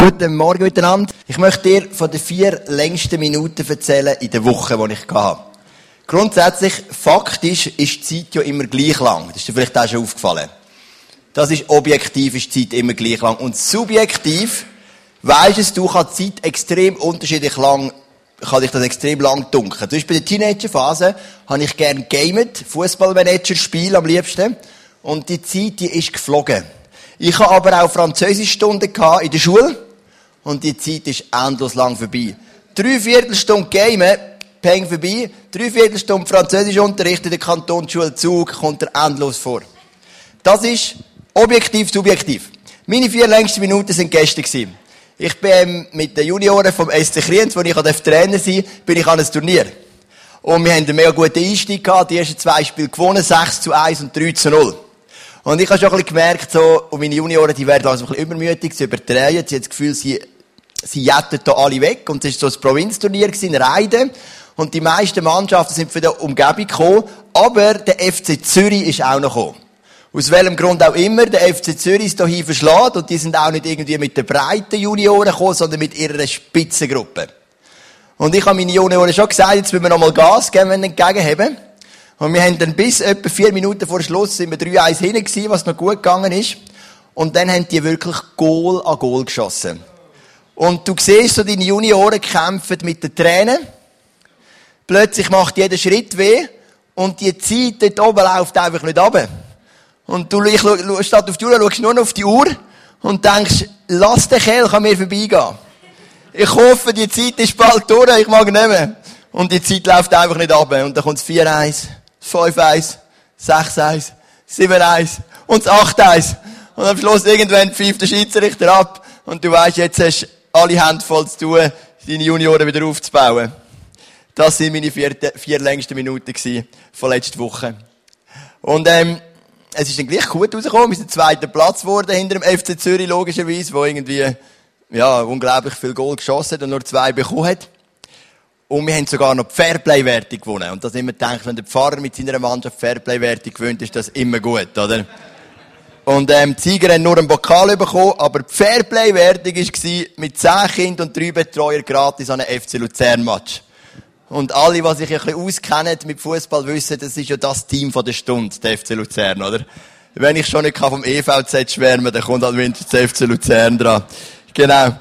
Guten Morgen miteinander. Ich möchte dir von den 4 längsten Minuten erzählen in der Woche, die ich hatte. Grundsätzlich, faktisch ist die Zeit ja immer gleich lang. Das ist dir vielleicht auch schon aufgefallen. Das ist objektiv, ist die Zeit immer gleich lang. Und subjektiv, weisst du, kann die Zeit extrem unterschiedlich lang, kann dich das extrem lang dunkeln. Zum Beispiel in der Teenagerphase habe ich gerne gamet, Fußballmanager spielen am liebsten. Und die Zeit, die ist geflogen. Ich habe aber auch Französischstunden in der Schule. Und die Zeit ist endlos lang vorbei. 3/4 Stunde Gamen, peng vorbei. 3/4 Stunde Französischunterricht in der Kantonsschule Zug, kommt dir endlos vor. Das ist objektiv, subjektiv. Meine 4 längsten Minuten sind gestern gewesen. Ich bin mit den Junioren vom SC Kriens, wo ich Trainer sein durfte, bin ich an ein Turnier. Und wir haben einen mega guten Einstieg gehabt. Die ersten 2 Spiele gewonnen, 6:1 und 3:0. Und ich habe schon ein bisschen gemerkt, so, und meine Junioren, die werden langsam ein bisschen übermütig, sie überdrehen. Sie haben das Gefühl, sie jetten da alle weg. Und es war so ein Provinzturnier in Reiden. Und die meisten Mannschaften sind von der Umgebung gekommen. Aber der FC Zürich ist auch noch gekommen. Aus welchem Grund auch immer, der FC Zürich ist hierhin verschlagen. Und die sind auch nicht irgendwie mit den breiten Junioren gekommen, sondern mit ihrer Spitzengruppe. Und ich habe meine Junioren schon gesagt, jetzt müssen wir noch mal Gas geben, wenn wir entgegenhaben. Und wir haben dann bis etwa 4 Minuten vor Schluss sind wir 3:1 hinten gewesen, was noch gut gegangen ist. Und dann haben die wirklich Goal an Goal geschossen. Und du siehst so, deine Junioren kämpfen mit den Tränen. Plötzlich macht jeder Schritt weh. Und die Zeit dort oben läuft einfach nicht runter. Und du, statt auf die Uhr, schaust nur noch auf die Uhr. Und denkst, lass den Kerl an mir vorbeigehen. Ich hoffe, die Zeit ist bald durch, ich mag nicht mehr. Und die Zeit läuft einfach nicht runter. Und dann kommt es 4:1, 5:1, 6:1, 7:1 und 8:1. Und am Schluss irgendwann pfeift der Schiedsrichter ab. Und du weisst, jetzt hast du alle Hände voll zu tun, deine Junioren wieder aufzubauen. Das waren meine 4 längsten Minuten von letzter Woche. Und es ist dann gleich gut rausgekommen. Wir sind 2. Platz geworden hinter dem FC Zürich, logischerweise, wo irgendwie unglaublich viel Goal geschossen hat und nur 2 bekommen hat. Und wir haben sogar noch die Fairplay-Wertung gewonnen. Und das immer gedacht, wenn der Pfarrer mit seiner Mannschaft Fairplay-Wertung gewinnt, ist das immer gut, oder? Und die Sieger haben nur einen Pokal bekommen, aber die Fairplay-Wertung war mit 10 Kindern und 3 Betreuern gratis an einem FC Luzern-Match. Und alle, die sich ein bisschen auskennen mit Fußball, wissen, das ist ja das Team von der Stunde, der FC Luzern, oder? Wenn ich schon nicht vom EVZ schwärmen kann, dann kommt halt mindestens der FC Luzern dran. Genau.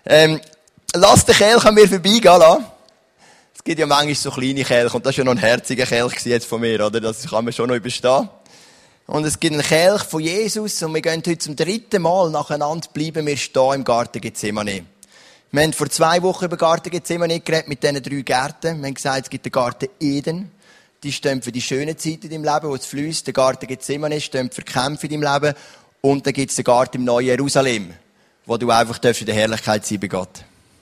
Lass den Kelch an mir vorbeigehen lassen. Es gibt ja manchmal so kleine Kelche, und das war ja noch ein herziger Kelch jetzt von mir, oder? Das kann man schon noch überstehen. Und es gibt einen Kelch von Jesus, und wir gehen heute zum 3. Mal nacheinander, bleiben wir stehen im Garten Gethsemane. Wir haben vor 2 Wochen über Garten Gethsemane geredet, mit diesen 3 Gärten. Wir haben gesagt, es gibt den Garten Eden. Die stehen für die schönen Zeiten in deinem Leben, wo es fließt. Der Garten Gethsemane steht für Kämpfe in deinem Leben. Und dann gibt es den Garten im neuen Jerusalem, wo du einfach in der Herrlichkeit sein bei Gott.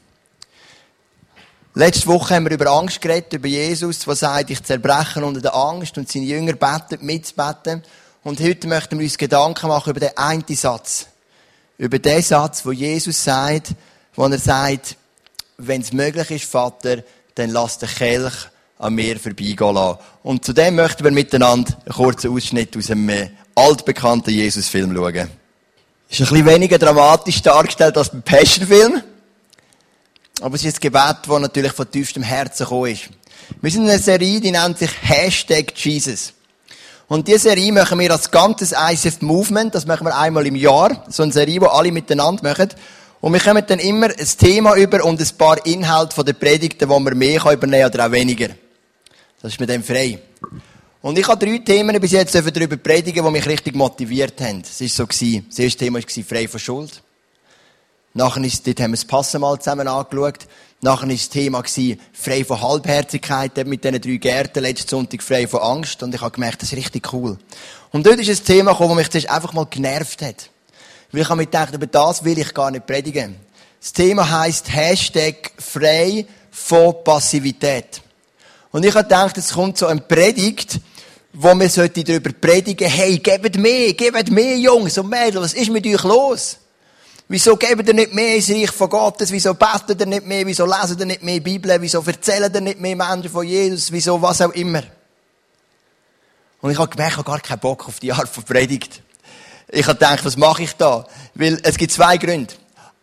Letzte Woche haben wir über Angst geredet, über Jesus, der sagt, ich zerbreche unter der Angst, und seine Jünger beten, mitzubeten. Und heute möchten wir uns Gedanken machen über den einen Satz. Über den Satz, wo Jesus sagt, wo er sagt, wenn es möglich ist, Vater, dann lass den Kelch an mir vorbeigehen lassen. Und zu dem möchten wir miteinander einen kurzen Ausschnitt aus einem altbekannten Jesus-Film schauen. Ist ein bisschen weniger dramatisch dargestellt als beim Passion-Film. Aber es ist ein Gebet, das natürlich von tiefstem Herzen gekommen ist. Wir sind in einer Serie, die nennt sich #Jesus. Und diese Serie machen wir als ganzes ICF Movement. Das machen wir einmal im Jahr. So eine Serie, die alle miteinander machen. Und wir kommen dann immer ein Thema über und ein paar Inhalte von der Predigten, die wir mehr übernehmen oder auch weniger. Das ist mit dem frei. Und ich habe 3 Themen bis jetzt darüber predigen, die mich richtig motiviert haben. Das war so. Das erste Thema war frei von Schuld. Nachher dort haben wir das Passenmal zusammen angeschaut. Nachher war das Thema frei von Halbherzigkeit, eben mit diesen 3 Gärten. Letzten Sonntag frei von Angst. Und ich habe gemerkt, das ist richtig cool. Und dort ist ein Thema gekommen, das mich zuerst einfach mal genervt hat. Weil ich habe mir gedacht, über das will ich gar nicht predigen. Das Thema heisst #frei von Passivität. Und ich habe gedacht, es kommt so eine Predigt, wo wir darüber predigen, hey, gebt mehr, Jungs und Mädels, was ist mit euch los? Wieso gebt ihr nicht mehr ins Reich von Gottes? Wieso betet ihr nicht mehr? Wieso lesen ihr nicht mehr Bibel? Wieso erzählen ihr nicht mehr Menschen von Jesus? Wieso was auch immer? Und ich habe gemerkt, ich habe gar keinen Bock auf die Art von Predigt. Ich habe gedacht, was mache ich da? Weil es gibt 2 Gründe.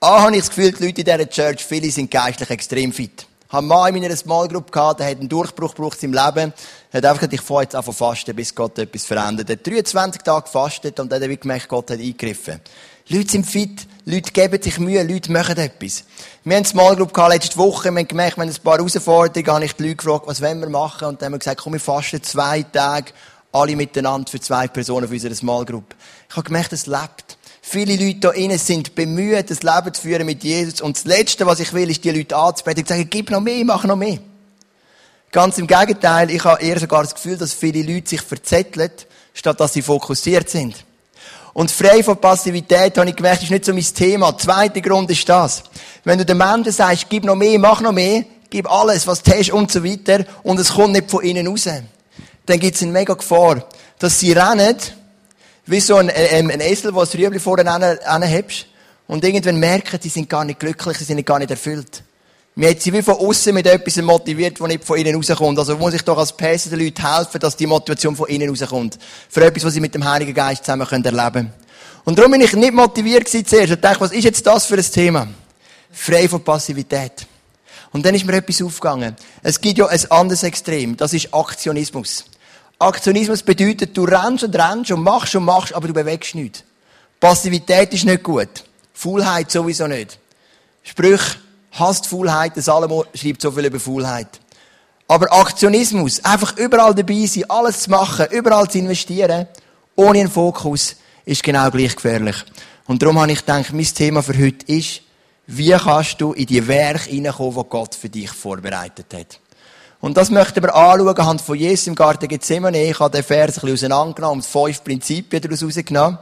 Habe ich das Gefühl, die Leute in dieser Church, viele sind geistlich extrem fit. Ich habe einen Mann in meiner Small Group gehabt, der hat einen Durchbruch gebraucht im Leben. Er hat einfach gesagt, ich fange jetzt an zu fasten, bis Gott etwas verändert. Er hat 23 Tage gefastet und dann hat er gemerkt, Gott hat eingegriffen. Leute sind fit, Leute geben sich Mühe, Leute machen etwas. Wir haben eine Small Group gehabt letzte Woche, wir haben gemerkt, wir haben ein paar Herausforderungen, habe ich die Leute gefragt, was wollen wir machen? Und dann haben wir gesagt, komm, wir fasten 2 Tage, alle miteinander für 2 Personen für unsere Small Group. Ich habe gemerkt, es lebt. Viele Leute hier innen sind bemüht, das Leben zu führen mit Jesus. Und das Letzte, was ich will, ist, die Leute anzubeten und zu sagen, gib noch mehr, mach noch mehr. Ganz im Gegenteil, ich habe eher sogar das Gefühl, dass viele Leute sich verzetteln, statt dass sie fokussiert sind. Und frei von Passivität, habe ich gemerkt, ist nicht so mein Thema. Der zweite Grund ist das. Wenn du den Menschen sagst, gib noch mehr, mach noch mehr, gib alles, was du hast und so weiter, und es kommt nicht von innen raus, dann gibt es eine mega Gefahr, dass sie rennen, wie so ein Esel, der das Rüebli vorne hebst, und irgendwann merken, sie sind gar nicht glücklich, sie sind gar nicht erfüllt. Wir haben sie wie von außen mit etwas motiviert, das nicht von innen rauskommt. Also muss ich doch als Pässe den Leuten helfen, dass die Motivation von innen rauskommt. Für etwas, was sie mit dem Heiligen Geist zusammen erleben können. Und darum bin ich nicht motiviert zuerst. Ich dachte, was ist jetzt das für ein Thema? Frei von Passivität. Und dann ist mir etwas aufgegangen. Es gibt ja ein anderes Extrem. Das ist Aktionismus. Aktionismus bedeutet, du rennst und machst, aber du bewegst nichts. Passivität ist nicht gut. Faulheit sowieso nicht. Sprüch, hasst Faulheit, der Salomo schreibt so viel über Faulheit. Aber Aktionismus, einfach überall dabei sein, alles zu machen, überall zu investieren, ohne einen Fokus, ist genau gleich gefährlich. Und darum habe ich gedacht, mein Thema für heute ist, wie kannst du in die Werke hineinkommen, die Gott für dich vorbereitet hat. Und das möchten wir anschauen anhand von Jesus im Garten Gethsemane. Ich habe den Vers ein bisschen auseinandergenommen und 5 Prinzipien daraus herausgenommen.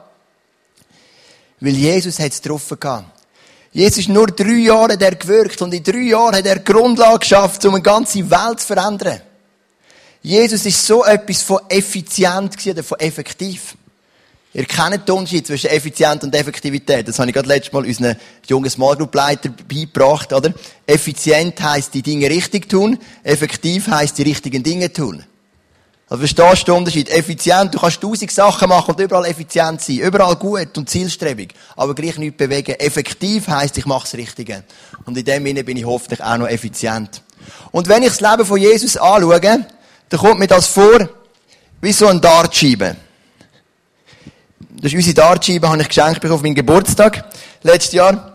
Weil Jesus hat es getroffen gehabt. Jesus ist nur 3 Jahre gewirkt und in 3 Jahren hat er Grundlage geschafft, um eine ganze Welt zu verändern. Jesus ist so etwas von effizient oder von effektiv. Ihr kennt den Unterschied zwischen effizient und Effektivität. Das habe ich gerade letztes Mal unseren jungen Small Group Leiter beigebracht, oder? Effizient heisst, die Dinge richtig tun. Effektiv heisst, die richtigen Dinge tun. Also verstehst du den Unterschied? Effizient, du kannst 1000 Sachen machen und überall effizient sein. Überall gut und zielstrebig. Aber gleich nichts bewegen. Effektiv heisst, ich mache das Richtige. Und in dem Sinne bin ich hoffentlich auch noch effizient. Und wenn ich das Leben von Jesus anschaue, dann kommt mir das vor, wie so ein Dartscheibe. Das ist unsere Dartscheibe, habe ich geschenkt bekommen auf meinen Geburtstag, letztes Jahr.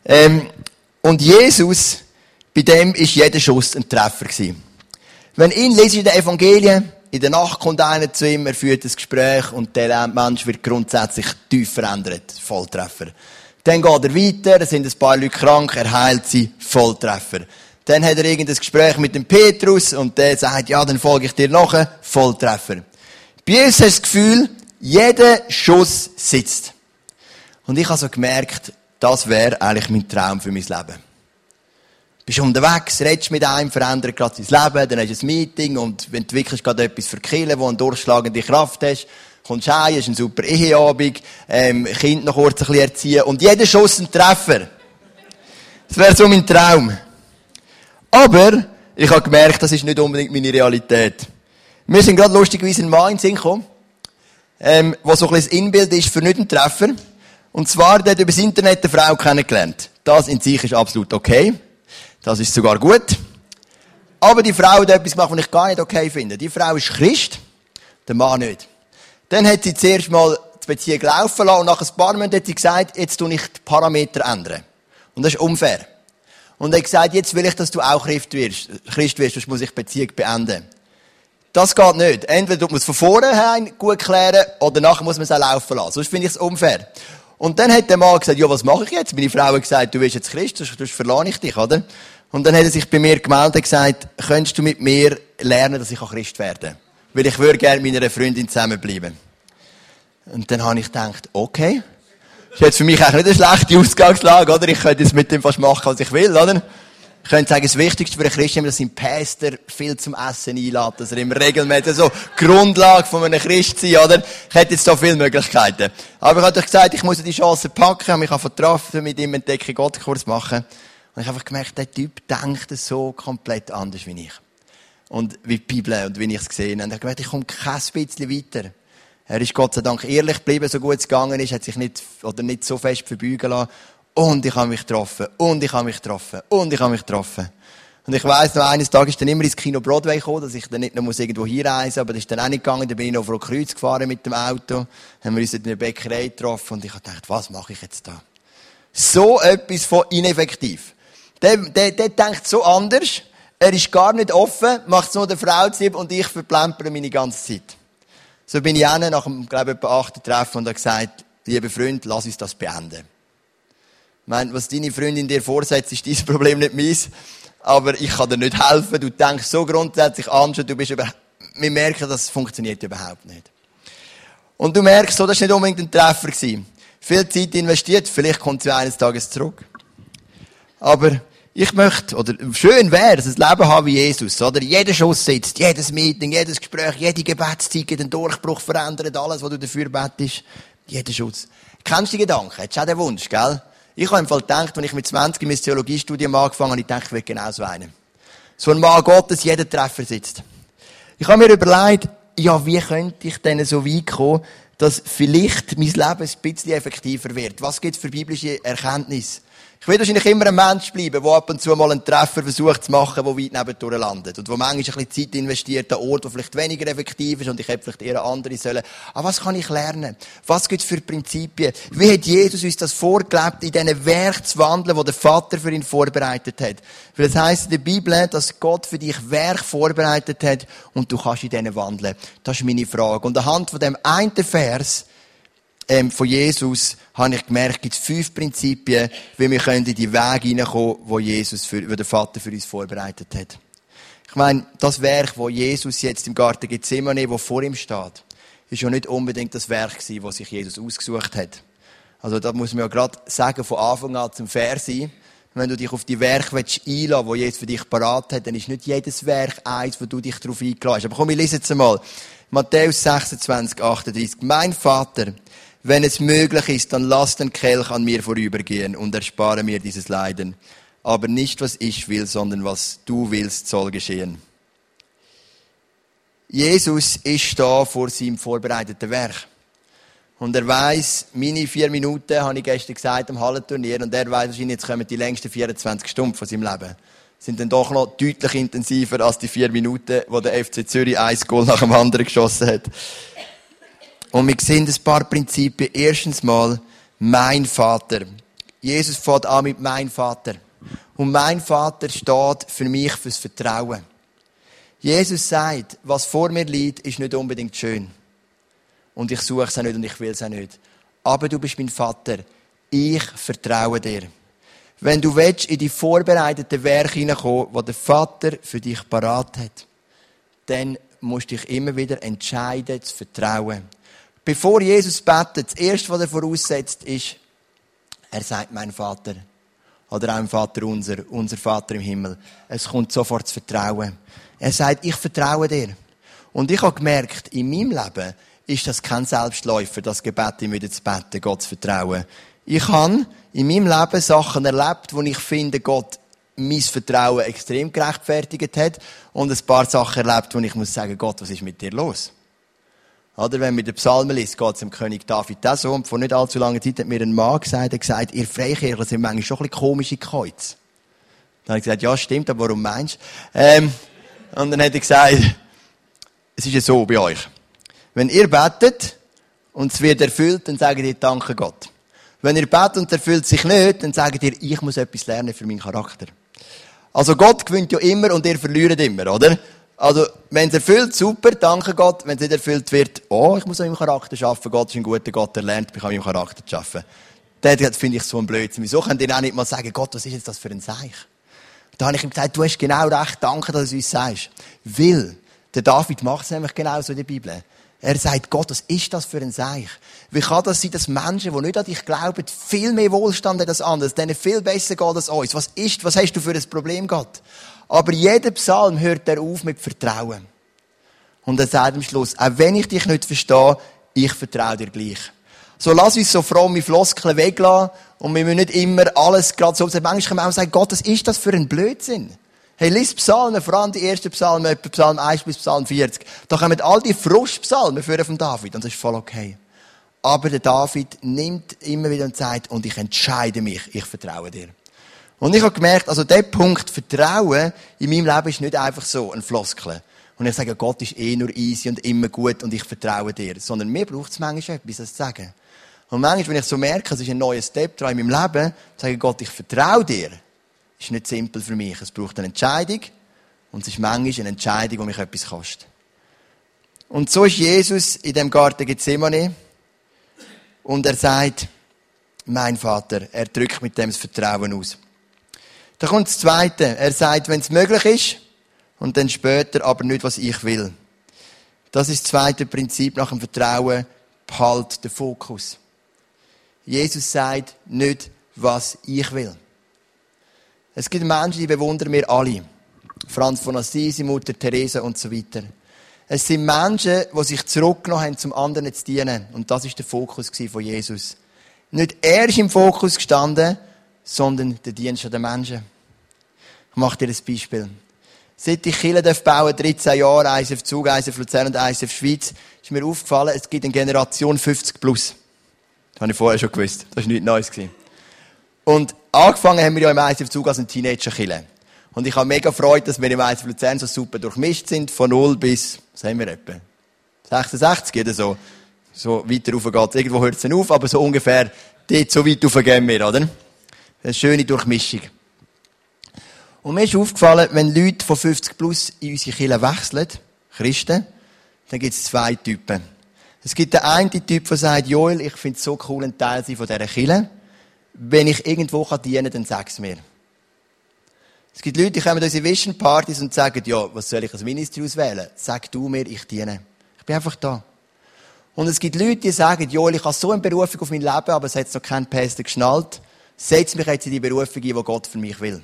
Und Jesus, bei dem ist jeder Schuss ein Treffer gewesen. Wenn ihn liest in den Evangelien, in der Nacht kommt einer zu ihm, er führt ein Gespräch und der Mensch wird grundsätzlich tief verändert. Volltreffer. Dann geht er weiter, es sind ein paar Leute krank, er heilt sie. Volltreffer. Dann hat er irgendein Gespräch mit dem Petrus und der sagt, ja, dann folge ich dir nachher. Volltreffer. Bei Jesus hast du das Gefühl, jeder Schuss sitzt. Und ich habe so gemerkt, das wäre eigentlich mein Traum für mein Leben. Bist unterwegs, redest mit einem, verändert gerade sein Leben, dann hast du ein Meeting und entwickelst gerade etwas für Kirche, wo eine durchschlagende Kraft hast, kommst heim, hast einen super Eheabend, Kind noch kurz ein bisschen erziehen und jeder Schuss ein Treffer. Das wäre so mein Traum. Aber ich habe gemerkt, das ist nicht unbedingt meine Realität. Wir sind gerade lustigerweise ein Mann in den Sinn gekommen, wo so ein bisschen das Inbild ist für nicht einen Treffer. Und zwar, der hat über das Internet eine Frau kennengelernt. Das in sich ist absolut okay. Das ist sogar gut. Aber die Frau hat etwas gemacht, was ich gar nicht okay finde. Die Frau ist Christ, der Mann nicht. Dann hat sie zuerst mal die Beziehung laufen lassen und nach ein paar Monaten hat sie gesagt, jetzt tue ich die Parameter ändern. Und das ist unfair. Und er hat gesagt, jetzt will ich, dass du auch Christ wirst, sonst muss ich die Beziehung beenden. Das geht nicht. Entweder tut man es von vornherein gut klären, oder nachher muss man es auch laufen lassen. Sonst finde ich es unfair. Und dann hat der Mann gesagt, ja, was mache ich jetzt? Meine Frau hat gesagt, du wirst jetzt Christ, sonst verlasse ich dich, oder? Und dann hat er sich bei mir gemeldet und gesagt, könntest du mit mir lernen, dass ich Christ werden kann? Weil ich würde gerne mit meiner Freundin zusammenbleiben. Und dann habe ich gedacht, okay. Das ist jetzt für mich eigentlich nicht eine schlechte Ausgangslage, oder? Ich könnte jetzt mit dem fast machen, was ich will, oder? Ich könnte sagen, das Wichtigste für einen Christen ist, dass sein Pastor viel zum Essen einlädt, dass er immer regelmäßig so Grundlage von einem Christ sein, oder? Ich hätte jetzt so viele Möglichkeiten. Aber ich habe doch gesagt, ich muss die Chance packen, habe mich vertroffen, mit ihm einen Entdecke-Gott-Kurs machen. Und ich habe einfach gemerkt, der Typ denkt so komplett anders wie ich. Und wie die Bibel und wie ich es gesehen habe. Und ich habe gemerkt, ich komme kein bisschen weiter. Er ist Gott sei Dank ehrlich geblieben, so gut es gegangen ist, hat sich nicht so fest verbeugen lassen. Und ich habe mich getroffen. Und ich habe mich getroffen. Und ich habe mich getroffen. Und ich weiss noch, eines Tages ist dann immer ins Kino Broadway gekommen, dass ich dann nicht noch irgendwo hinreisen muss, aber das ist dann auch nicht gegangen. Dann bin ich noch vor Kreuz gefahren mit dem Auto, haben wir uns in der Bäckerei getroffen und ich habe gedacht, was mache ich jetzt da? So etwas von ineffektiv. Der denkt so anders, er ist gar nicht offen, macht es nur der Frau zu lieb und ich verplempere meine ganze Zeit. So bin ich hin, nach dem, glaube ich, etwa 8. Treffen und habe gesagt, lieber Freund, lass uns das beenden. Ich meine, was deine Freundin dir vorsetzt, ist dein Problem, nicht meins. Aber ich kann dir nicht helfen. Du denkst so grundsätzlich anders. Wir merken, das funktioniert überhaupt nicht. Und du merkst so, das war nicht unbedingt ein Treffer gewesen. Viel Zeit investiert, vielleicht kommt sie eines Tages zurück. Aber ich möchte, oder schön wäre es, ein Leben haben wie Jesus, oder? Jeder Schuss sitzt, jedes Meeting, jedes Gespräch, jede Gebetszeit, den Durchbruch verändert, alles, was du dafür betest. Jeder Schuss. Kennst du die Gedanken? Hättest du auch den Wunsch, gell? Ich habe im Fall gedacht, als ich mit 20 mein Theologiestudium angefangen habe, ich dachte, ich will genau so einen. So ein Mann Gottes, jeder Treffer sitzt. Ich habe mir überlegt, ja, wie könnte ich denn so weit kommen, dass vielleicht mein Leben ein bisschen effektiver wird? Was gibt es für biblische Erkenntnisse? Ich will wahrscheinlich immer ein Mensch bleiben, der ab und zu mal einen Treffer versucht zu machen, der weit nebendurch landet. Und wo manchmal ein bisschen Zeit investiert, an Ort, der vielleicht weniger effektiv ist und ich hätte vielleicht eher andere sollen. Aber was kann ich lernen? Was gibt es für Prinzipien? Wie hat Jesus uns das vorgelebt, in diesen Werk zu wandeln, die der Vater für ihn vorbereitet hat? Weil es heisst in der Bibel, dass Gott für dich Werk vorbereitet hat und du kannst in denen wandeln. Das ist meine Frage. Und anhand von dem einen Vers, von Jesus, habe ich gemerkt, gibt es 5 Prinzipien, wie wir in die Wege hineinkommen, wo der Vater für uns vorbereitet hat. Ich meine, das Werk, wo Jesus jetzt im Garten Gethsemane, wo vor ihm steht, ist ja nicht unbedingt das Werk gewesen, das sich Jesus ausgesucht hat. Also da muss man ja gerade sagen, von Anfang an zum Vers sein. Wenn du dich auf die Werke einlassen willst, die Jesus für dich parat hat, dann ist nicht jedes Werk eins, wo du dich darauf eingeladen hast. Aber komm, wir lesen jetzt einmal. Matthäus 26, 38. Mein Vater, wenn es möglich ist, dann lass den Kelch an mir vorübergehen und erspare mir dieses Leiden. Aber nicht, was ich will, sondern was du willst, soll geschehen. Jesus ist da vor seinem vorbereiteten Werk. Und er weiss, meine 4 Minuten, habe ich gestern gesagt, am Hallenturnier, und er weiss wahrscheinlich, jetzt kommen die längsten 24 Stunden von seinem Leben. Sind dann doch noch deutlich intensiver als die 4 Minuten, wo der FC Zürich 1 Goal nach dem anderen geschossen hat. Und wir sehen ein paar Prinzipien. Erstens mal, mein Vater. Jesus fängt an mit mein Vater. Und mein Vater steht für mich fürs Vertrauen. Jesus sagt, was vor mir liegt, ist nicht unbedingt schön. Und ich suche es auch nicht und ich will es auch nicht. Aber du bist mein Vater. Ich vertraue dir. Wenn du willst, in die vorbereiteten Werke hineinkommen, die der Vater für dich parat hat, dann musst du dich immer wieder entscheiden, zu vertrauen. Bevor Jesus betet, das Erste, was er voraussetzt, ist, er sagt, mein Vater. Oder auch im Vater unser Vater im Himmel. Es kommt sofort das Vertrauen. Er sagt, ich vertraue dir. Und ich habe gemerkt, in meinem Leben ist das kein Selbstläufer, das Gebet immer wieder zu beten, Gott zu vertrauen. Ich habe in meinem Leben Sachen erlebt, wo ich finde, Gott mein Vertrauen extrem gerechtfertigt hat. Und ein paar Sachen erlebt, wo ich muss sagen, Gott, was ist mit dir los? Oder wenn man den Psalmen liest, geht es dem König David auch so. Und vor nicht allzu langer Zeit hat mir ein Mann gesagt, ihr Freikirchler sind manchmal schon ein bisschen komische Käuze. Dann habe ich gesagt, ja, stimmt, aber warum meinst du? Und dann hat er gesagt, es ist ja so bei euch. Wenn ihr betet und es wird erfüllt, dann sagt ihr, danke Gott. Wenn ihr betet und es erfüllt sich nicht, dann sagt ihr, ich muss etwas lernen für meinen Charakter. Also Gott gewinnt ja immer und ihr verliert immer, oder? Also, wenn es erfüllt, super, danke Gott. Wenn es nicht erfüllt wird, ich muss an meinem Charakter arbeiten. Gott ist ein guter Gott, er lernt mich an meinem Charakter zu arbeiten. Das finde ich so ein Blödsinn. Wieso könnt ihr auch nicht mal sagen, Gott, was ist jetzt das für ein Seich? Da habe ich ihm gesagt, du hast genau recht, danke, dass du uns sagst. Weil, der David macht es nämlich genauso in der Bibel. Er sagt, Gott, was ist das für ein Seich? Wie kann das sein, dass Menschen, die nicht an dich glauben, viel mehr Wohlstand haben als andere, denen viel besser geht als uns? Was hast du für ein Problem, Gott? Aber jeder Psalm hört er auf mit Vertrauen. Und er sagt am Schluss, auch wenn ich dich nicht verstehe, ich vertraue dir gleich. So lass uns so fromme Floskeln weglassen und wir müssen nicht immer alles gerade so sagen. Manchmal kann man auch sagen, Gott, was ist das für ein Blödsinn? Hey, lies Psalmen, vor allem die ersten Psalmen, etwa Psalm 1 bis Psalm 40. Da kommen all die Frustpsalmen für von David und das ist voll okay. Aber der David nimmt immer wieder und sagt, und ich entscheide mich, ich vertraue dir. Und ich habe gemerkt, also der Punkt Vertrauen in meinem Leben ist nicht einfach so ein Floskel. Und ich sage, Gott ist nur easy und immer gut und ich vertraue dir. Sondern mir braucht es manchmal etwas, das zu sagen. Und manchmal, wenn ich so merke, es ist ein neuer Step dran in meinem Leben, sage ich, Gott, ich vertraue dir. Ist nicht simpel für mich. Es braucht eine Entscheidung. Und es ist manchmal eine Entscheidung, die mich etwas kostet. Und so ist Jesus in dem Garten Gethsemane. Und er sagt, mein Vater, er drückt mit dem das Vertrauen aus. Da kommt das Zweite. Er sagt, wenn es möglich ist, und dann später, aber nicht, was ich will. Das ist das zweite Prinzip nach dem Vertrauen. Behalt den Fokus. Jesus sagt nicht, was ich will. Es gibt Menschen, die bewundern wir alle. Franz von Assisi, Mutter Teresa und so weiter. Es sind Menschen, die sich zurückgenommen haben, zum anderen zu dienen. Und das war der Fokus von Jesus. Nicht er ist im Fokus gestanden, sondern der Dienst an den Menschen. Ich mache dir ein Beispiel. Seit ich Kirche bauen 13 Jahre, eins auf Zug, eins auf Luzern und eins auf Schweiz, ist mir aufgefallen, es gibt eine Generation 50 plus. Das habe ich vorher schon gewusst. Das war nichts Neues. Und angefangen haben wir ja im eins auf Zug als ein Teenager-Kirche. Und ich habe mega Freude, dass wir im eins auf Luzern so super durchmischt sind, von 0 bis, was haben wir etwa? 66 oder so. So weiter rauf geht's. Irgendwo hört es dann auf, aber so ungefähr dort so weit rauf gehen wir, oder? Eine schöne Durchmischung. Und mir ist aufgefallen, wenn Leute von 50 plus in unsere Kirche wechseln, Christen, dann gibt es zwei Typen. Es gibt den einen Typ, der sagt, Joel, ich finde es so cool, ein Teil von dieser Kirche. Wenn ich irgendwo dienen kann, dann sag es mir. Es gibt Leute, die kommen an unsere Vision-Partys und sagen, ja, was soll ich als Ministry auswählen? Sag du mir, ich diene. Ich bin einfach da. Und es gibt Leute, die sagen, Joel, ich habe so eine Berufung auf mein Leben, aber es hat jetzt noch kein Päster geschnallt. Setz mich jetzt in die Berufung ein, die Gott für mich will.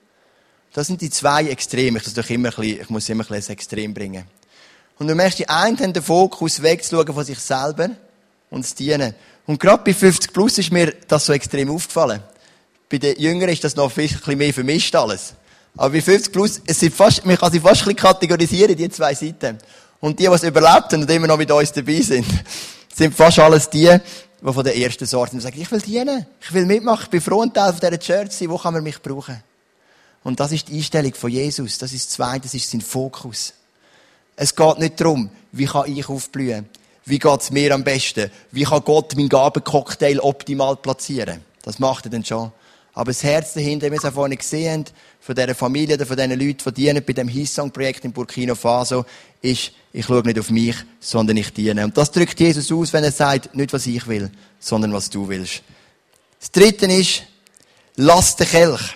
Das sind die zwei Extreme. Ich muss immer ein bisschen Extrem bringen. Und du merkst, die einen haben den Fokus wegzuschauen von sich selber und zu dienen. Und gerade bei 50 plus ist mir das so extrem aufgefallen. Bei den Jüngeren ist das noch ein bisschen mehr vermischt alles. Aber bei 50 plus, man kann sie fast ein bisschen kategorisieren, die zwei Seiten. Und die es überlebt haben und immer noch mit uns dabei sind fast alles die von der ersten Sorte sind. Die sagen, ich will dienen, ich will mitmachen, ich bin froh, ein Teil von dieser Church sein, wo kann man mich brauchen? Und das ist die Einstellung von Jesus. Das ist das Zweite, das ist sein Fokus. Es geht nicht darum, wie kann ich aufblühen? Wie geht's mir am besten? Wie kann Gott meinen Gabencocktail optimal platzieren? Das macht er dann schon. Aber das Herz dahinter, wie wir es auch vorhin gesehen haben, von dieser Familie oder von diesen Leuten, die dienen bei dem Hillsong-Projekt in Burkina Faso, ist, ich schaue nicht auf mich, sondern ich diene. Und das drückt Jesus aus, wenn er sagt, nicht was ich will, sondern was du willst. Das Dritte ist, lass den Kelch.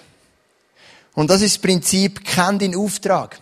Und das ist das Prinzip, kenn deinen Auftrag.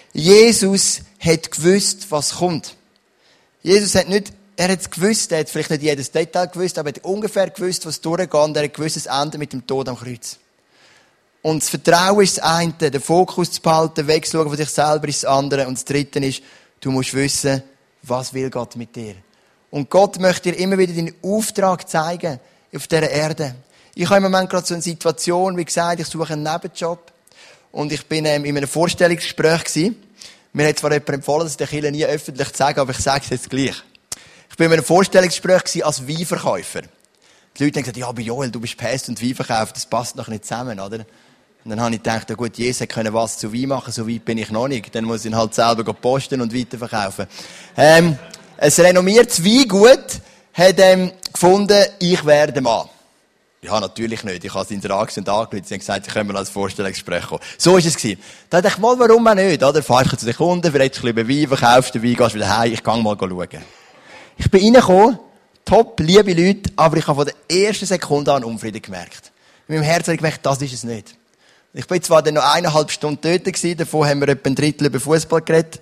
Jesus hat gewusst, was kommt. Jesus hat nicht, er hat es gewusst, er hat vielleicht nicht jedes Detail gewusst, aber er hat ungefähr gewusst, was durchgeht, und er hat gewusst, es endet mit dem Tod am Kreuz. Und das Vertrauen ist das eine, den Fokus zu behalten, wegzuschauen von sich selber ist das andere, und das Dritte ist, du musst wissen, was will Gott mit dir. Und Gott möchte dir immer wieder deinen Auftrag zeigen, auf dieser Erde. Ich habe im Moment gerade so eine Situation, wie gesagt, ich suche einen Nebenjob. Und ich bin in einem Vorstellungsgespräch gewesen. Mir hat zwar jemand empfohlen, dass ich den Kirche nie öffentlich sage, aber ich sage es jetzt gleich. Ich bin in einem Vorstellungsgespräch gewesen als Weinverkäufer. Die Leute haben gesagt, ja, aber Joel, du bist Pest und Weinverkäufer, das passt noch nicht zusammen, oder? Und dann habe ich gedacht, ja gut, Jesus hätte was zu Wein machen, so weit bin ich noch nicht. Dann muss ich ihn halt selber posten und weiterverkaufen. Ein renommiertes Weingut hat gefunden, ich wäre der Mann. Ja, natürlich nicht. Ich habe es in der Angst und angeschaut. Sie haben gesagt, sie können als Vorstellungsgespräch kommen. So war es gewesen. Da dachte ich mal, warum auch nicht, oder? Fahrst du zu den Kunden, redest ein bisschen über Wein, verkaufst den Wein, gehst wieder heim, ich gehe mal schauen. Ich bin reingekommen, top, liebe Leute, aber ich habe von der ersten Sekunde an Unfrieden gemerkt. In meinem Herzen habe ich gemerkt, das ist es nicht. Ich bin zwar dann noch 1,5 Stunden dort gewesen, davon haben wir etwa ein Drittel über Fußball geredet.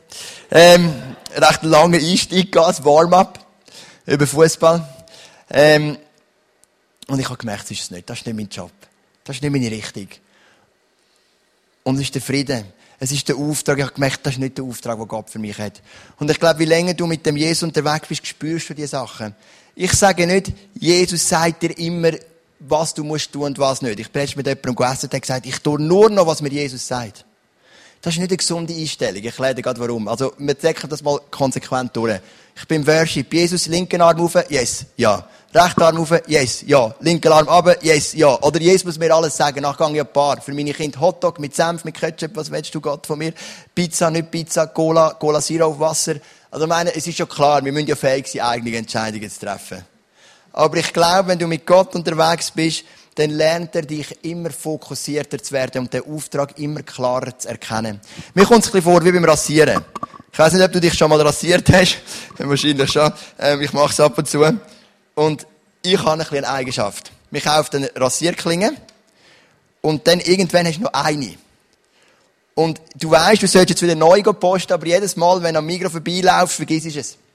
Recht lange Einstieg, als Warm-up über Fußball. Und ich habe gemerkt, das ist es nicht. Das ist nicht mein Job. Das ist nicht meine Richtung. Und es ist der Frieden. Es ist der Auftrag. Ich habe gemerkt, das ist nicht der Auftrag, den Gott für mich hat. Und ich glaube, wie länger du mit dem Jesus unterwegs bist, spürst du diese Sachen. Ich sage nicht, Jesus sagt dir immer, was du musst tun und was nicht. Ich bin jetzt mit jemandem gegessen, der gesagt, ich tue nur noch, was mir Jesus sagt. Das ist nicht eine gesunde Einstellung. Ich erkläre dir gerade warum. Also, wir checken das mal konsequent durch. Ich bin im Worship. Jesus, linken Arm rauf, yes, ja. Rechten Arm rauf, yes, ja. Linken Arm runter, yes, ja. Oder Jesus muss mir alles sagen. Nachher gehe ich ein paar. Für meine Kinder Hotdog mit Senf, mit Ketchup. Was willst du Gott von mir? Pizza, nicht Pizza, Cola Zero auf Wasser. Also, ich meine, es ist schon klar, wir müssen ja fähig sein, eigene Entscheidungen zu treffen. Aber ich glaube, wenn du mit Gott unterwegs bist, dann lernt er dich immer fokussierter zu werden und den Auftrag immer klarer zu erkennen. Mir kommt es ein bisschen vor wie beim Rasieren. Ich weiss nicht, ob du dich schon mal rasiert hast. Wahrscheinlich schon. Ich mache es ab und zu. Und ich habe eine kleine Eigenschaft. Ich kaufe eine Rasierklinge und dann irgendwann hast du noch eine. Und du weisst, du solltest jetzt wieder neu posten, aber jedes Mal, wenn du am Migros vorbeilaufst, vergisst du es.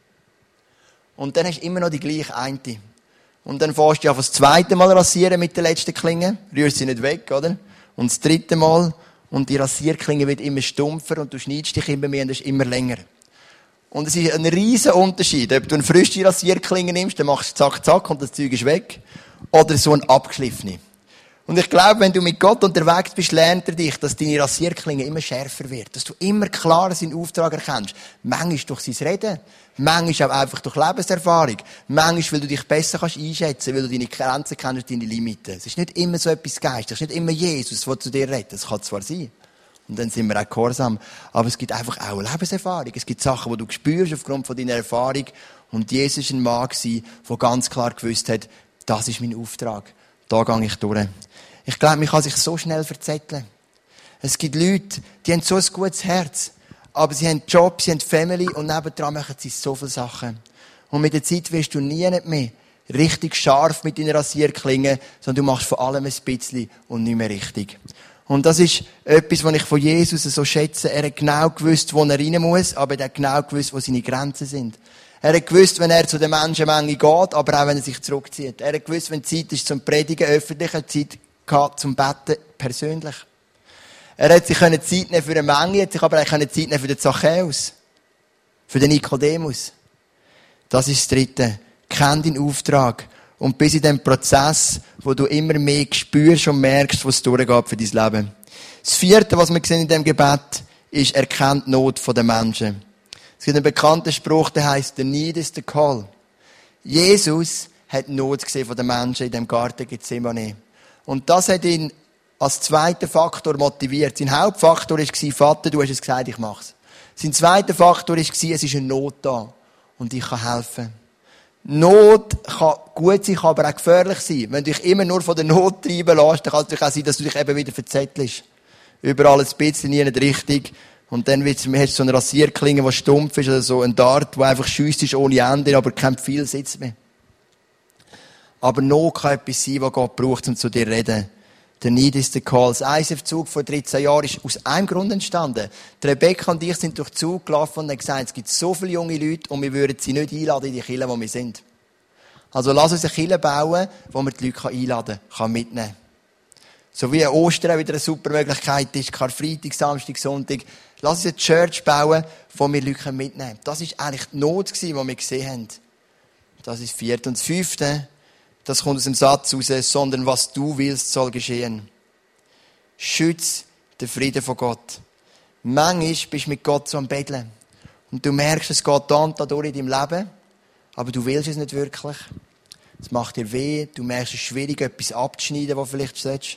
Und dann hast du immer noch die gleiche eine. Und dann fährst du auf das zweite Mal rasieren mit der letzten Klinge. Rührst sie nicht weg, oder? Und das dritte Mal. Und die Rasierklinge wird immer stumpfer und du schneidest dich immer mehr und das ist immer länger. Und es ist ein riesen Unterschied, ob du eine frische Rasierklinge nimmst, dann machst du zack, zack und das Zeug ist weg. Oder so eine abgeschliffene. Und ich glaube, wenn du mit Gott unterwegs bist, lernt er dich, dass deine Rasierklinge immer schärfer wird. Dass du immer klarer seinen Auftrag erkennst. Manchmal durch sein Reden. Manchmal auch einfach durch Lebenserfahrung. Manchmal, weil du dich besser einschätzen kannst, weil du deine Grenzen kennst und deine Limiten. Es ist nicht immer so etwas Geistes. Es ist nicht immer Jesus, der zu dir redet. Das kann zwar sein. Und dann sind wir auch gehorsam. Aber es gibt einfach auch eine Lebenserfahrung. Es gibt Sachen, die du spürst aufgrund von deiner Erfahrung. Und Jesus war ein Mann, der ganz klar gewusst hat, das ist mein Auftrag. Da gehe ich durch. Ich glaube, man kann sich so schnell verzetteln. Es gibt Leute, die haben so ein gutes Herz. Aber sie haben Job, sie haben Family und nebendran machen sie so viele Sachen. Und mit der Zeit wirst du nie mehr richtig scharf mit deiner Rasierklinge, sondern du machst vor allem ein bisschen und nicht mehr richtig. Und das ist etwas, was ich von Jesus so schätze. Er hat genau gewusst, wo er rein muss, aber er hat genau gewusst, wo seine Grenzen sind. Er hat gewusst, wenn er zu der Menschenmenge geht, aber auch wenn er sich zurückzieht. Er hat gewusst, wenn Zeit ist zum Predigen, öffentliche Zeit gehabt zum Beten, persönlich. Er hat sich Zeit nehmen für eine Menge, hat sich aber auch Zeit nehmen für den Zachäus. Für den Nikodemus. Das ist das Dritte. Kenn deinen Auftrag. Und bis in dem Prozess, wo du immer mehr spürst und merkst, was durchgeht für dein Leben. Das Vierte, was wir sehen in dem Gebet, ist, erkennt die Not der Menschen. Es gibt einen bekannten Spruch, der heisst, the need is the call. Jesus hat die Not gesehen von den Menschen in dem Garten Gethsemane. Und das hat ihn als zweiter Faktor motiviert. Sein Hauptfaktor war, Vater, du hast es gesagt, ich mach's. Sein zweiter Faktor war, es ist eine Not da. Und ich kann helfen. Not kann gut sein, kann aber auch gefährlich sein. Wenn du dich immer nur von der Not treiben lässt, dann kann es natürlich auch sein, dass du dich eben wieder verzettelst. Überall ein bisschen, nie nicht richtig. Und dann hast du so eine Rasierklinge, die stumpf ist, oder so ein Dart, der einfach schiesst ist ohne Ende, aber kein Pfeil sitzt mehr. Aber Not kann etwas sein, was Gott braucht, um zu dir zu reden. Der Need is the call. Das ISF-Zug vor 13 Jahren ist aus einem Grund entstanden. Die Rebecca und ich sind durch den Zug gelaufen und haben gesagt, es gibt so viele junge Leute und wir würden sie nicht einladen in die Kirche, wo wir sind. Also lass uns eine Kirche bauen, wo man die Leute einladen kann, mitnehmen. So wie Ostern wieder eine super Möglichkeit ist, Karfreitag, Samstag, Sonntag. Lass uns eine Church bauen, wo wir Leute mitnehmen können. Das war eigentlich die Not, die wir gesehen haben. Das ist das Vierte. Und das Fünfte, das kommt aus dem Satz raus, sondern was du willst, soll geschehen. Schütz den Frieden von Gott. Manchmal bist du mit Gott so am Betteln. Und du merkst, es geht da und da durch in deinem Leben. Aber du willst es nicht wirklich. Es macht dir weh. Du merkst, es ist schwierig, etwas abzuschneiden, was vielleicht sollst.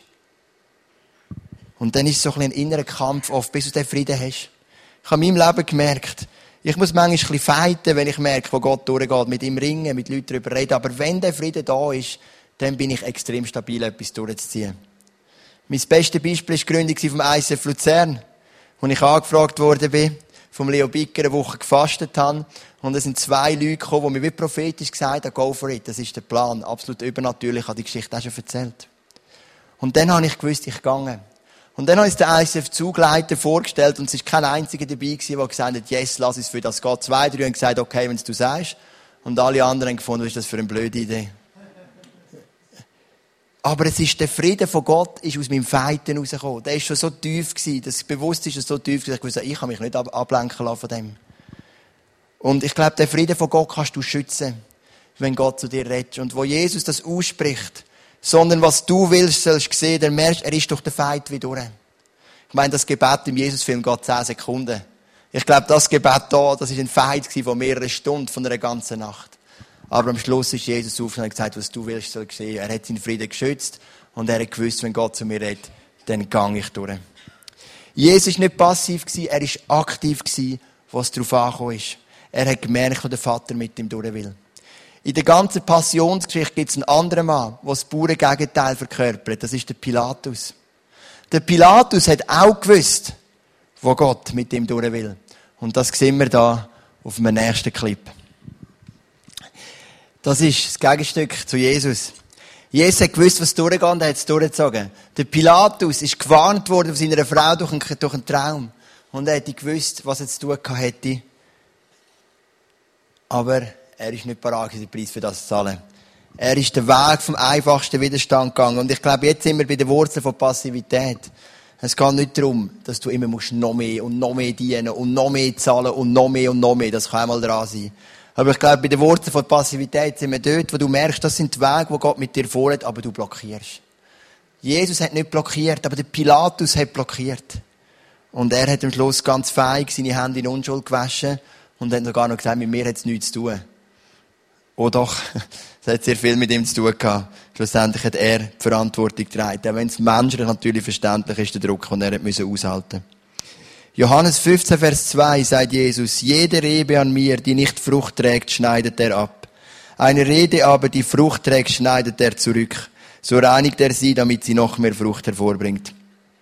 Und dann ist es so ein innerer Kampf oft, bis du den Frieden hast. Ich habe in meinem Leben gemerkt, ich muss manchmal ein bisschen fighten, wenn ich merke, wo Gott durchgeht, mit ihm ringen, mit Leuten darüber reden. Aber wenn der Frieden da ist, dann bin ich extrem stabil, etwas durchzuziehen. Mein bestes Beispiel war die Gründung vom ISF Luzern, wo ich angefragt worden bin, vom Leo Bicker eine Woche gefastet habe. Und es sind 2 Leute gekommen, die mir wie prophetisch gesagt haben, go for it, das ist der Plan. Absolut übernatürlich, ich habe die Geschichte auch schon erzählt. Und dann habe ich gewusst, ich gehe. Und dann hat uns der ISF-Zugleiter vorgestellt und es war kein einziger dabei gewesen, der gesagt hat, yes, lass es für das gehen. 2, 3 haben gesagt, okay, wenn es du sagst. Und alle anderen haben gefunden, was ist das für eine blöde Idee. Aber es ist der Frieden von Gott, ist aus meinem Feiten rausgekommen. Der ist schon so tief gewesen, das Bewusstsein ist so tief gewesen, dass ich kann mich nicht ablenken lassen von dem. Und ich glaube, den Frieden von Gott kannst du schützen, wenn Gott zu dir redet. Und wo Jesus das ausspricht, sondern was du willst, sollst du sehen, dann merkst du, er ist durch den Feind wie durch. Ich Ich meine, das Gebet im Jesus-Film geht 10 Sekunden. Ich glaube, das Gebet da, das war ein Fight von mehreren Stunden, von einer ganzen Nacht. Aber am Schluss ist Jesus aufgestanden und gesagt, was du willst, soll geschehen. Er hat seinen Frieden geschützt und er hat gewusst, wenn Gott zu mir redet, dann gehe ich durch. Jesus war nicht passiv, er war aktiv, was darauf angekommen ist. Er hat gemerkt, dass der Vater mit ihm durch will. In der ganzen Passionsgeschichte gibt es einen anderen Mann, der das pure Gegenteil verkörpert. Das ist der Pilatus. Der Pilatus hat auch gewusst, wo Gott mit ihm durch will. Und das sehen wir da auf dem nächsten Clip. Das ist das Gegenstück zu Jesus. Jesus hat gewusst, was durchgeht, und er hat es durchgezogen. Der Pilatus ist gewarnt worden von seiner Frau durch einen Traum. Und er hätte gewusst, was er zu tun hätte. Aber er ist nicht bereit, den Preis für das zu zahlen. Er ist den Weg vom einfachsten Widerstand gegangen. Und ich glaube, jetzt sind wir bei der Wurzel von Passivität. Es geht nicht darum, dass du immer noch mehr und noch mehr dienen und noch mehr zahlen und noch mehr und noch mehr. Das kann einmal dran sein. Aber ich glaube, bei der Wurzel von Passivität sind wir dort, wo du merkst, das sind die Wege, die Gott mit dir vorhat, aber du blockierst. Jesus hat nicht blockiert, aber der Pilatus hat blockiert. Und er hat am Schluss ganz feig seine Hände in Unschuld gewaschen und hat sogar noch gesagt, mit mir hat es nichts zu tun. Oh doch, es hat sehr viel mit ihm zu tun gehabt. Schlussendlich hat er die Verantwortung getragen. Auch wenn es menschlich natürlich verständlich ist, der Druck, den er aushalten musste. Johannes 15, Vers 2 sagt Jesus, jede Rebe an mir, die nicht Frucht trägt, schneidet er ab. Eine Rebe aber, die Frucht trägt, schneidet er zurück. So reinigt er sie, damit sie noch mehr Frucht hervorbringt.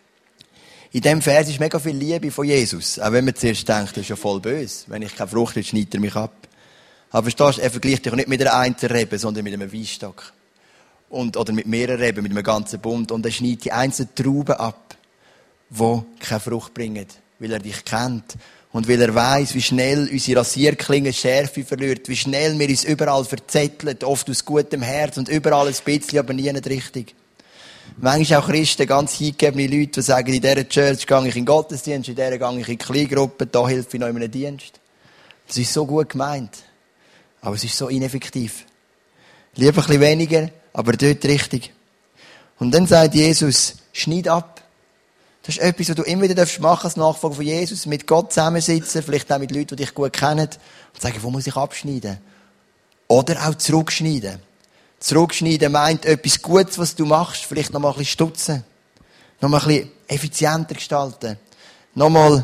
In diesem Vers ist mega viel Liebe von Jesus. Auch wenn man zuerst denkt, das ist ja voll böse. Wenn ich keine Frucht will, schneidet er mich ab. Aber verstehst du, er vergleicht dich nicht mit einer einzelnen Rebe, sondern mit einem Weinstock. Oder mit mehreren Reben, mit einem ganzen Bund. Und er schneidet die einzelnen Trauben ab, die keine Frucht bringen. Weil er dich kennt. Und weil er weiss, wie schnell unsere Rasierklinge Schärfe verliert, wie schnell wir uns überall verzetteln, oft aus gutem Herz und überall ein bisschen, aber nie nicht richtig. Manchmal auch Christen, ganz hingegebene Leute, die sagen, in dieser Church gehe ich in den Gottesdienst, in dieser gehe ich in die Kleingruppe, da helfe ich noch in einem Dienst. Das ist so gut gemeint. Aber es ist so ineffektiv. Lieber ein bisschen weniger, aber dort richtig. Und dann sagt Jesus, schneid ab. Das ist etwas, was du immer wieder machen darfst, als Nachfolger von Jesus, mit Gott zusammensitzen, vielleicht auch mit Leuten, die dich gut kennen, und sagen, wo muss ich abschneiden? Oder auch zurückschneiden. Zurückschneiden meint etwas Gutes, was du machst, vielleicht noch mal ein bisschen stutzen. Noch mal ein bisschen effizienter gestalten. Noch mal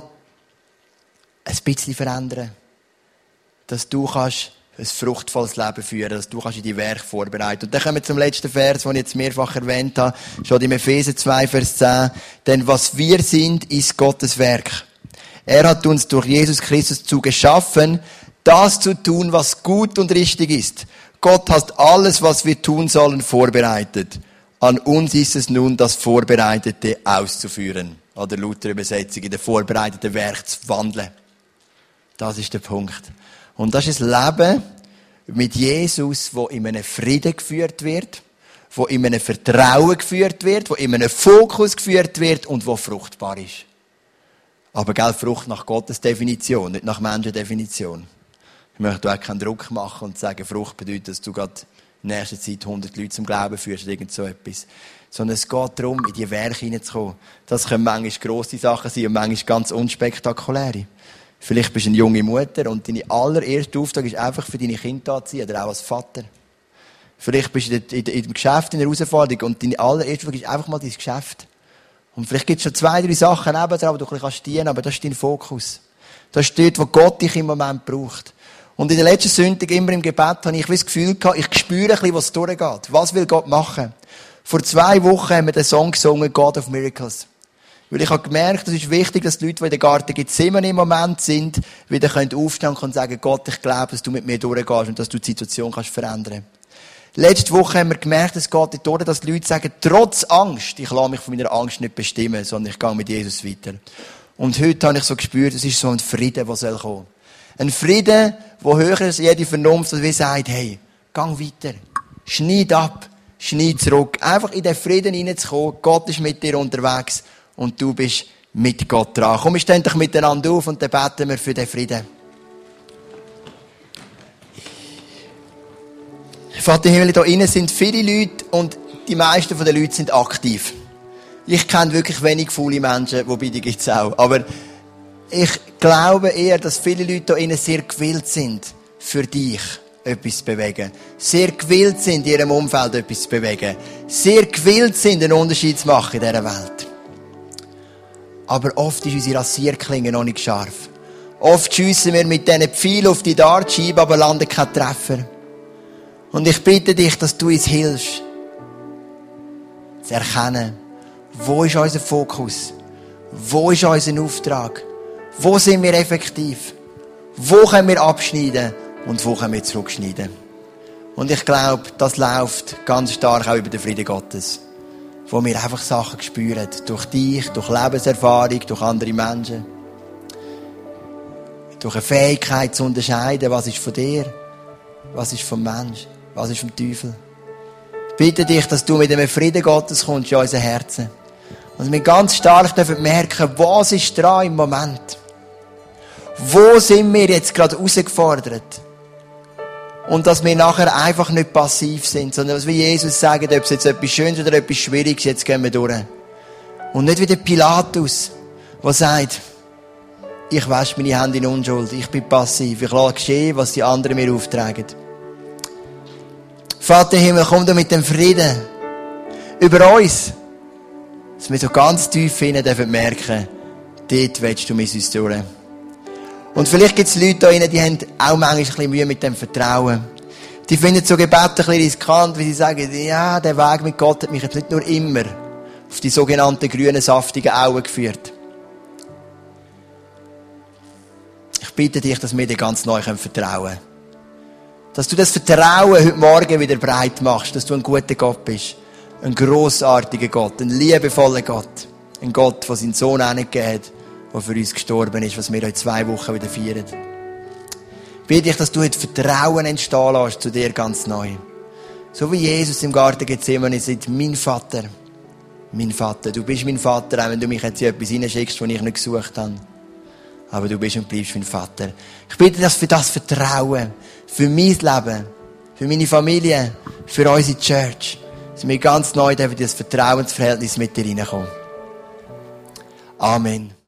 ein bisschen verändern. Dass du kannst ein fruchtvolles Leben führen, dass du kannst in die Werke vorbereiten. Und dann kommen wir zum letzten Vers, den ich jetzt mehrfach erwähnt habe, schon im Epheser 2, Vers 10. Denn was wir sind, ist Gottes Werk. Er hat uns durch Jesus Christus geschaffen, das zu tun, was gut und richtig ist. Gott hat alles, was wir tun sollen, vorbereitet. An uns ist es nun, das Vorbereitete auszuführen. Oder Luther Übersetzung, in der vorbereiteten Werk zu wandeln. Das ist der Punkt. Und das ist ein Leben mit Jesus, wo in einem Frieden geführt wird, wo in einem Vertrauen geführt wird, wo in einem Fokus geführt wird und wo fruchtbar ist. Aber gell, Frucht nach Gottes Definition, nicht nach Menschendefinition. Ich möchte auch keinen Druck machen und sagen, Frucht bedeutet, dass du gerade in nächster Zeit 100 Leute zum Glauben führst oder irgend so etwas. Sondern es geht darum, in die Werke hineinzukommen. Das können manchmal grosse Sachen sein und manchmal ganz unspektakuläre. Vielleicht bist du eine junge Mutter und deine allererste Auftrag ist einfach für deine Kinder da zu sein, oder auch als Vater. Vielleicht bist du in dem Geschäft in der Herausforderung und deine allererste Auftrag ist einfach mal dein Geschäft. Und vielleicht gibt es schon 2, 3 Sachen nebendran, wo du ein bisschen dienen kannst, aber das ist dein Fokus. Das ist dort, wo Gott dich im Moment braucht. Und in der letzten Sonntag, immer im Gebet, habe ich das Gefühl gehabt, ich spüre ein bisschen, was durchgeht. Was will Gott machen? Vor 2 Wochen haben wir den Song gesungen, God of Miracles. Weil ich habe gemerkt, es ist wichtig, dass die Leute, die in der Garten Gethsemane im Moment sind, wieder aufstehen und sagen, Gott, ich glaube, dass du mit mir durchgehst und dass du die Situation kannst verändern. Letzte Woche haben wir gemerkt, es geht darum, dass die Leute sagen, trotz Angst, ich lasse mich von meiner Angst nicht bestimmen, sondern ich gehe mit Jesus weiter. Und heute habe ich so gespürt, es ist so ein Frieden, der soll kommen. Ein Frieden, der höher ist als jede Vernunft, und wie sagt, hey, gang weiter, schneid ab, schneid zurück. Einfach in den Frieden hineinzukommen, Gott ist mit dir unterwegs. Und du bist mit Gott dran. Komm, wir stehen doch miteinander auf und dann beten wir für den Frieden. Vater im Himmel, da innen sind viele Leute und die meisten von den Leuten sind aktiv. Ich kenne wirklich wenig faule Menschen, wobei die gibt's auch. Aber ich glaube eher, dass viele Leute hier innen sehr gewillt sind, für dich etwas zu bewegen. Sehr gewillt sind, in ihrem Umfeld etwas zu bewegen. Sehr gewillt sind, einen Unterschied zu machen in dieser Welt. Aber oft ist unsere Rasierklinge noch nicht scharf. Oft schiessen wir mit diesen Pfeilen auf die Dartscheibe, aber landen kein Treffer. Und ich bitte dich, dass du uns hilfst, zu erkennen, wo ist unser Fokus? Wo ist unser Auftrag? Wo sind wir effektiv? Wo können wir abschneiden und wo können wir zurückschneiden? Und ich glaube, das läuft ganz stark auch über den Frieden Gottes. Wo wir einfach Sachen spüren. Durch dich, durch Lebenserfahrung, durch andere Menschen. Durch eine Fähigkeit zu unterscheiden, was ist von dir, was ist vom Mensch, was ist vom Teufel. Ich bitte dich, dass du mit dem Frieden Gottes kommst in unser Herzen. Und wir ganz stark dürfen merken, was ist dran im Moment. Wo sind wir jetzt gerade herausgefordert? Und dass wir nachher einfach nicht passiv sind, sondern dass wir Jesus sagen, ob es jetzt etwas Schönes oder etwas Schwieriges ist, jetzt gehen wir durch. Und nicht wie der Pilatus, der sagt, ich wasche meine Hände in Unschuld, ich bin passiv, ich lasse geschehen, was die anderen mir auftragen. Vater Himmel, komm du mit dem Frieden über uns, dass wir so ganz tief hinein dürfen merken, dort willst du mit uns durch. Und vielleicht gibt es Leute da drinnen, die haben auch manchmal ein bisschen Mühe mit dem Vertrauen. Die finden so Gebete ein bisschen riskant, weil sie sagen, ja, der Weg mit Gott hat mich jetzt nicht nur immer auf die sogenannten grünen, saftigen Auen geführt. Ich bitte dich, dass wir dir ganz neu vertrauen können. Dass du das Vertrauen heute Morgen wieder breit machst, dass du ein guter Gott bist. Ein grossartiger Gott, ein liebevoller Gott. Ein Gott, der seinen Sohn hingegeben hat, der für uns gestorben ist, was wir heute 2 Wochen wieder feiern. Ich bitte dich, dass du heute Vertrauen entstehen lässt zu dir ganz neu. So wie Jesus im Garten Gethsemane sagt, mein Vater, du bist mein Vater, auch wenn du mich jetzt in etwas hineinschickst, was ich nicht gesucht habe. Aber du bist und bleibst mein Vater. Ich bitte dich für das Vertrauen, für mein Leben, für meine Familie, für unsere Church, dass wir ganz neu in das Vertrauensverhältnis mit dir hineinkommen. Amen.